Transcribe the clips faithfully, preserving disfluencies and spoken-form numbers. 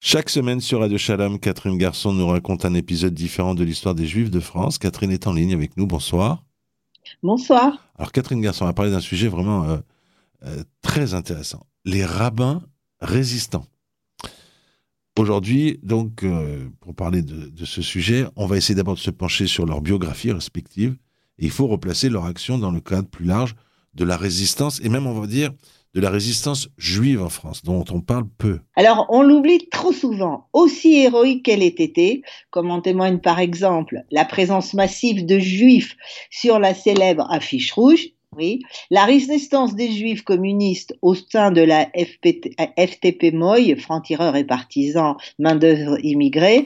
Chaque semaine sur Radio Shalom, Catherine Garçon nous raconte un épisode différent de l'histoire des Juifs de France. Catherine est en ligne avec nous, bonsoir. Bonsoir. Alors Catherine Garçon a parlé d'un sujet vraiment euh, euh, très intéressant, les rabbins résistants. Aujourd'hui, donc, euh, pour parler de, de ce sujet, on va essayer d'abord de se pencher sur leurs biographies respectives et il faut replacer leur action dans le cadre plus large de la résistance et même, on va dire, de la résistance juive en France, dont on parle peu. Alors, on l'oublie trop souvent, aussi héroïque qu'elle ait été, comme en témoigne par exemple la présence massive de juifs sur la célèbre affiche rouge, oui, la résistance des juifs communistes au sein de la F P T, F T P M O I, francs-tireurs et partisans, main-d'œuvre immigrée,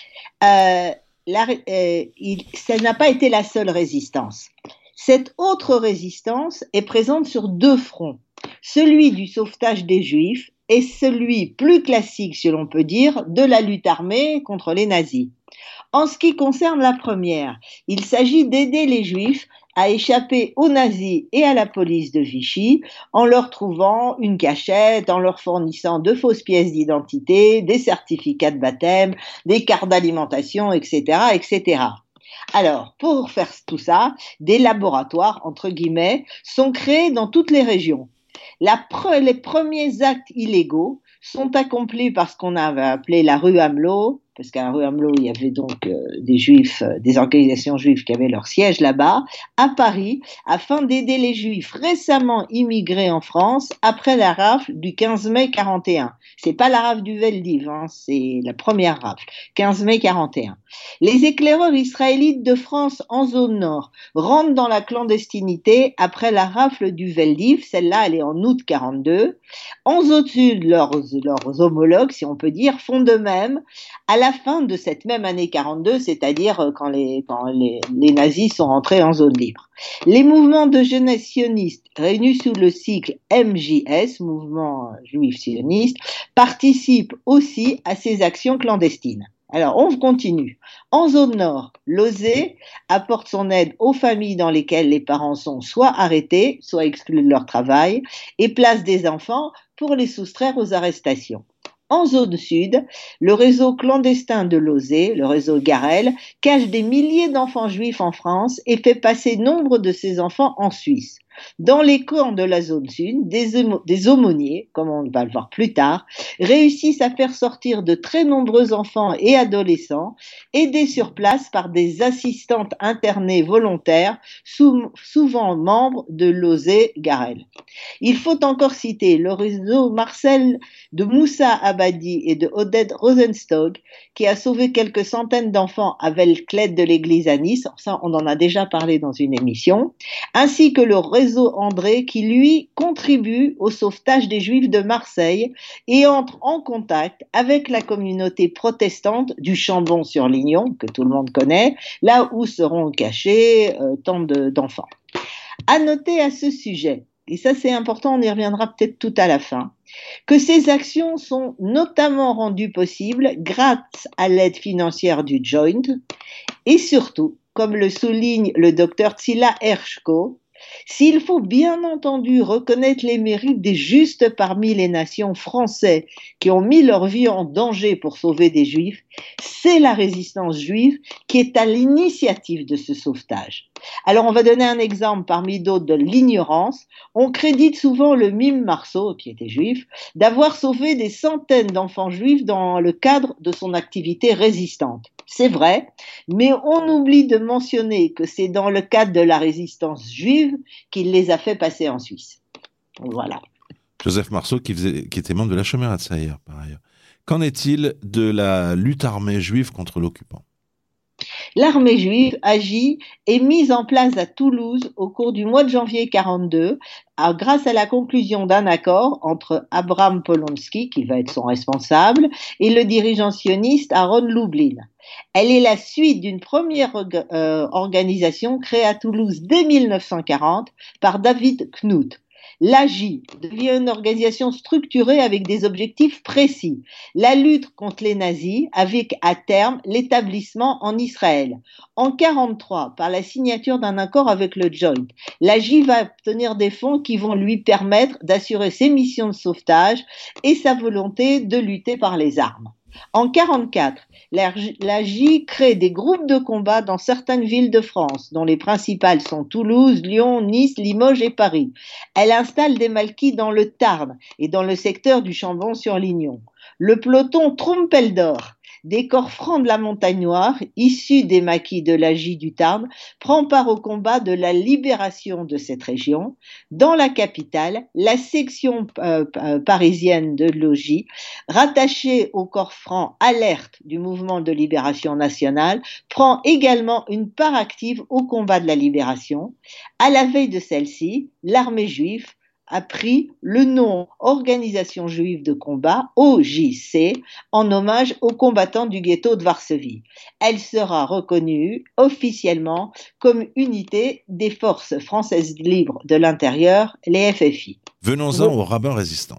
euh, la, euh, il, ça n'a pas été la seule résistance. Cette autre résistance est présente sur deux fronts. Celui du sauvetage des Juifs et celui plus classique, si l'on peut dire, de la lutte armée contre les nazis. En ce qui concerne la première, il s'agit d'aider les Juifs à échapper aux nazis et à la police de Vichy en leur trouvant une cachette, en leur fournissant de fausses pièces d'identité, des certificats de baptême, des cartes d'alimentation, et cetera, et cetera. Alors, pour faire tout ça, des laboratoires, entre guillemets, sont créés dans toutes les régions. La pre- les premiers actes illégaux sont accomplis par ce qu'on avait appelé la rue Amelot, parce qu'à la rue Amelot, il y avait donc euh, des juifs, euh, des organisations juives qui avaient leur siège là-bas, à Paris, afin d'aider les juifs récemment immigrés en France après la rafle du quinze mai quarante et un. C'est pas la rafle du Veldiv, hein, c'est la première rafle, quinze mai quarante et un. Les éclaireurs israélites de France en zone nord rentrent dans la clandestinité après la rafle du Veldiv, celle-là elle est en août quarante-deux. En zone sud, leurs, leurs homologues, si on peut dire, font de même à la fin de cette même année quarante-deux, c'est-à-dire quand les, quand les, les nazis sont rentrés en zone libre. Les mouvements de jeunesse sionistes réunis sous le sigle M J S, Mouvement Juif Sioniste, participent aussi à ces actions clandestines. Alors, on continue. En zone nord, l'O S E apporte son aide aux familles dans lesquelles les parents sont soit arrêtés, soit exclus de leur travail, et place des enfants pour les soustraire aux arrestations. En zone sud, le réseau clandestin de l'O S E, le réseau Garel, cache des milliers d'enfants juifs en France et fait passer nombre de ces enfants en Suisse. Dans les camps de la zone sud, des, émo- des aumôniers, comme on va le voir plus tard, réussissent à faire sortir de très nombreux enfants et adolescents, aidés sur place par des assistantes internées volontaires, sou- souvent membres de l'O S E Garel. Il faut encore citer le réseau Marcel de Moussa Abadi et de Oded Rosenstock, qui a sauvé quelques centaines d'enfants avec l'aide de l'église à Nice, ça on en a déjà parlé dans une émission, ainsi que le réseau André qui lui contribue au sauvetage des Juifs de Marseille et entre en contact avec la communauté protestante du Chambon-sur-Lignon, que tout le monde connaît, là où seront cachés euh, tant de, d'enfants. À noter à ce sujet, et ça c'est important, on y reviendra peut-être tout à la fin, que ces actions sont notamment rendues possibles grâce à l'aide financière du Joint et surtout, comme le souligne le docteur Tzila Hershko, s'il faut bien entendu reconnaître les mérites des justes parmi les nations français qui ont mis leur vie en danger pour sauver des juifs, c'est la résistance juive qui est à l'initiative de ce sauvetage. Alors on va donner un exemple parmi d'autres de l'ignorance. On crédite souvent le mime Marceau, qui était juif, d'avoir sauvé des centaines d'enfants juifs dans le cadre de son activité résistante. C'est vrai, mais on oublie de mentionner que c'est dans le cadre de la résistance juive qu'il les a fait passer en Suisse. Voilà. Joseph Marceau, qui, faisait, qui était membre de la Shomer Hatzair, par ailleurs. Qu'en est-il de la lutte armée juive contre l'occupant ? L'armée juive agit et mise en place à Toulouse au cours du mois de janvier quarante-deux à, grâce à la conclusion d'un accord entre Abraham Polonsky, qui va être son responsable, et le dirigeant sioniste Aaron Lublin. Elle est la suite d'une première euh, organisation créée à Toulouse dès mille neuf cent quarante par David Knut. L'A J devient une organisation structurée avec des objectifs précis. La lutte contre les nazis avec à terme l'établissement en Israël. En quarante-trois, par la signature d'un accord avec le Joint, l'A J va obtenir des fonds qui vont lui permettre d'assurer ses missions de sauvetage et sa volonté de lutter par les armes. En quarante-quatre, l'A J crée des groupes de combat dans certaines villes de France, dont les principales sont Toulouse, Lyon, Nice, Limoges et Paris. Elle installe des maquis dans le Tarn et dans le secteur du Chambon-sur-Lignon. Le peloton Trompeldor, des corps francs de la Montagne Noire, issus des maquis de l'A J du Tarn, prend part au combat de la libération de cette région. Dans la capitale, la section euh, parisienne de l'O J, rattachée au corps franc Alerte du mouvement de libération nationale, prend également une part active au combat de la libération. À la veille de celle-ci, l'armée juive a pris le nom Organisation juive de combat, O J C, en hommage aux combattants du ghetto de Varsovie. Elle sera reconnue officiellement comme unité des forces françaises libres de l'intérieur, les F F I. Venons-en aux rabbins résistants.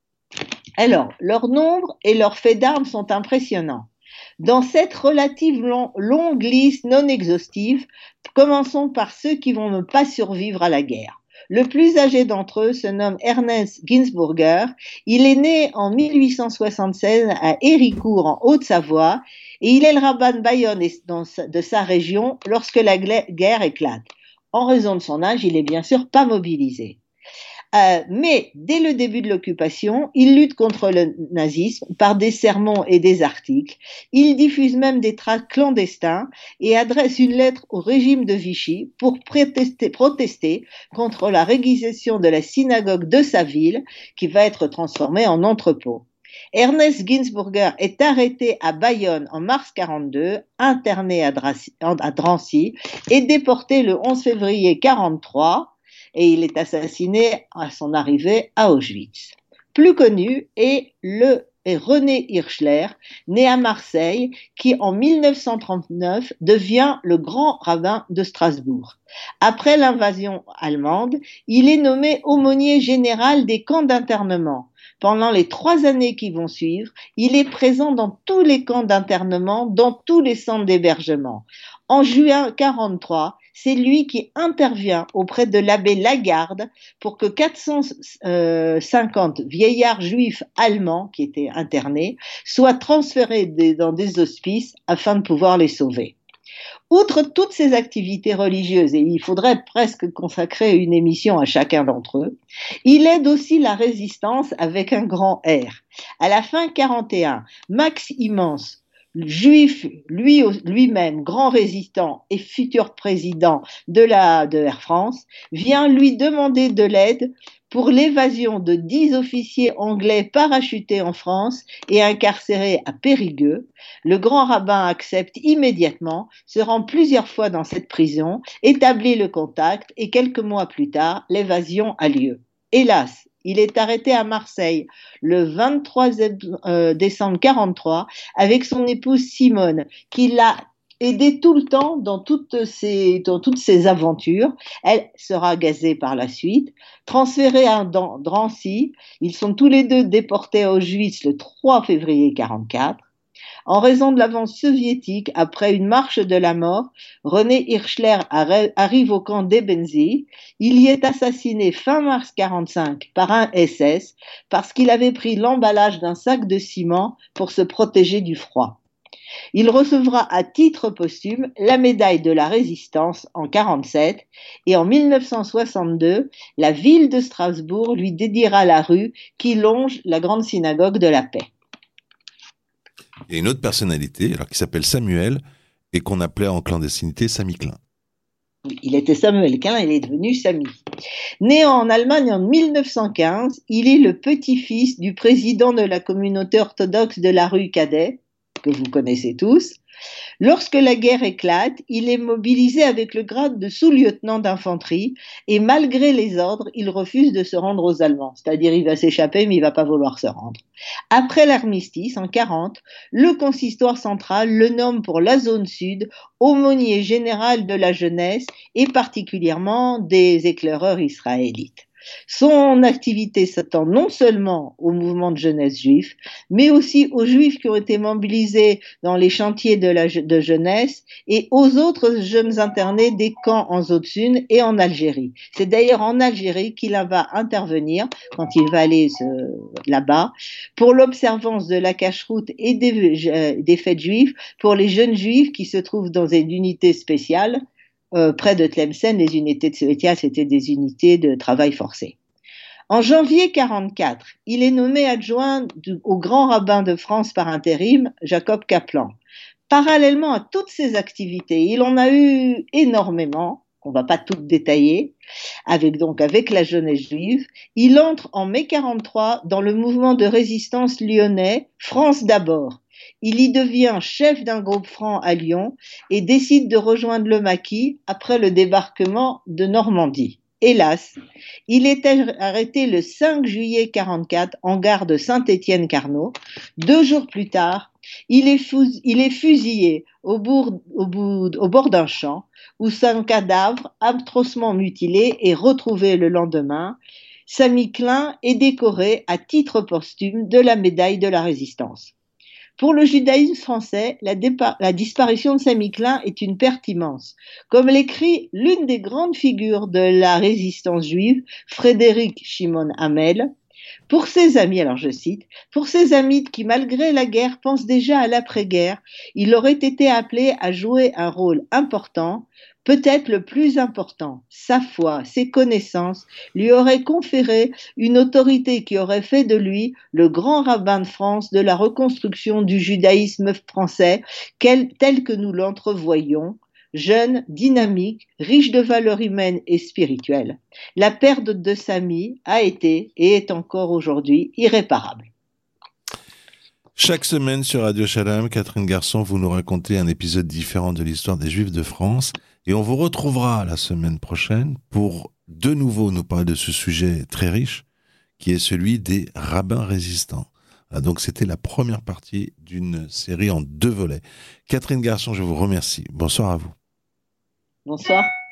Alors, leur nombre et leurs faits d'armes sont impressionnants. Dans cette relative long, longue liste non exhaustive, commençons par ceux qui vont ne pas survivre à la guerre. Le plus âgé d'entre eux se nomme Ernest Ginsburger. Il est né en mille huit cent soixante-seize à Héricourt, en Haute-Savoie, et il est le rabbin de Bayonne de sa région lorsque la guerre éclate. En raison de son âge, il n'est bien sûr pas mobilisé. Euh, mais dès le début de l'occupation, il lutte contre le nazisme par des sermons et des articles. Il diffuse même des tracts clandestins et adresse une lettre au régime de Vichy pour protester, protester contre la réquisition de la synagogue de sa ville, qui va être transformée en entrepôt. Ernest Ginsburger est arrêté à Bayonne en mars quarante-deux, interné à Drancy et déporté le onze février quarante-trois. Et il est assassiné à son arrivée à Auschwitz. Plus connu est le est René Hirschler, né à Marseille, qui en mille neuf cent trente-neuf devient le grand rabbin de Strasbourg. Après l'invasion allemande, il est nommé aumônier général des camps d'internement. Pendant les trois années qui vont suivre, il est présent dans tous les camps d'internement, dans tous les centres d'hébergement. En juin quarante-trois, c'est lui qui intervient auprès de l'abbé Lagarde pour que quatre cent cinquante vieillards juifs allemands qui étaient internés soient transférés dans des hospices afin de pouvoir les sauver. Outre toutes ces activités religieuses, et il faudrait presque consacrer une émission à chacun d'entre eux, il aide aussi la résistance avec un grand R. À la fin quarante et un, Max Immense, juif, lui, lui-même, grand résistant et futur président de, la, de Air France, vient lui demander de l'aide pour l'évasion de dix officiers anglais parachutés en France et incarcérés à Périgueux. Le grand rabbin accepte immédiatement, se rend plusieurs fois dans cette prison, établit le contact et quelques mois plus tard, l'évasion a lieu. Hélas, il est arrêté à Marseille le vingt-trois décembre quarante-trois avec son épouse Simone, qui l'a aidé tout le temps dans toutes ses, dans toutes ses aventures. Elle sera gazée par la suite, transférée à Drancy. Ils sont tous les deux déportés à Auschwitz le trois février quarante-quatre. En raison de l'avance soviétique, après une marche de la mort, René Hirschler arrive au camp d'Ebensee. Il y est assassiné fin mars quarante-cinq par un S S parce qu'il avait pris l'emballage d'un sac de ciment pour se protéger du froid. Il recevra à titre posthume la médaille de la Résistance en quarante-sept et en mille neuf cent soixante-deux, la ville de Strasbourg lui dédiera la rue qui longe la grande synagogue de la paix. Il y a une autre personnalité alors, qui s'appelle Samuel et qu'on appelait en clandestinité Samy Klein. Il était Samuel Klein, il est devenu Samy. Né en Allemagne en mille neuf cent quinze, il est le petit-fils du président de la communauté orthodoxe de la rue Cadet, que vous connaissez tous. Lorsque la guerre éclate, il est mobilisé avec le grade de sous-lieutenant d'infanterie et malgré les ordres, il refuse de se rendre aux Allemands. C'est-à-dire, il va s'échapper, mais il ne va pas vouloir se rendre. Après l'armistice, en quarante, le consistoire central le nomme pour la zone sud aumônier général de la jeunesse et particulièrement des éclaireurs israélites. Son activité s'attend non seulement au mouvement de jeunesse juif, mais aussi aux juifs qui ont été mobilisés dans les chantiers de, la, de jeunesse et aux autres jeunes internés des camps en zone sud et en Algérie. C'est d'ailleurs en Algérie qu'il va intervenir quand il va aller se, là-bas pour l'observance de la cacheroute et des, euh, des fêtes juives pour les jeunes juifs qui se trouvent dans une unité spéciale. Euh, près de Tlemcen, les unités de Sowetia, c'était des unités de travail forcé. En janvier quarante-quatre, il est nommé adjoint du, au grand rabbin de France par intérim, Jacob Kaplan. Parallèlement à toutes ces activités, il en a eu énormément, qu'on ne va pas toutes détailler, avec, donc, avec la jeunesse juive. Il entre en mai quarante-trois dans le mouvement de résistance lyonnais France d'abord. Il y devient chef d'un groupe franc à Lyon et décide de rejoindre le maquis après le débarquement de Normandie. Hélas, il est arrêté le cinq juillet quarante-quatre en gare de Saint-Étienne-Carnot. Deux jours plus tard, il est, fus- il est fusillé au, bourg- au, bout- au bord d'un champ où son cadavre, atrocement mutilé, est retrouvé le lendemain. Samy Klein est décoré à titre posthume de la médaille de la Résistance. Pour le judaïsme français, la, dépa- la disparition de Samy Klein est une perte immense. Comme l'écrit l'une des grandes figures de la résistance juive, Frédéric Shimon Hamel, pour ses amis, alors je cite, pour ses amis qui, malgré la guerre, pensent déjà à l'après-guerre, il aurait été appelé à jouer un rôle important, peut-être le plus important. Sa foi, ses connaissances lui auraient conféré une autorité qui aurait fait de lui le grand rabbin de France de la reconstruction du judaïsme français tel que nous l'entrevoyons, jeune, dynamique, riche de valeurs humaines et spirituelles. La perte de Samy a été et est encore aujourd'hui irréparable. Chaque semaine sur Radio Shalom, Catherine Garçon, vous nous racontez un épisode différent de l'histoire des Juifs de France et on vous retrouvera la semaine prochaine pour de nouveau nous parler de ce sujet très riche qui est celui des rabbins résistants. Ah, donc c'était la première partie d'une série en deux volets. Catherine Garçon, je vous remercie. Bonsoir à vous. Bonsoir.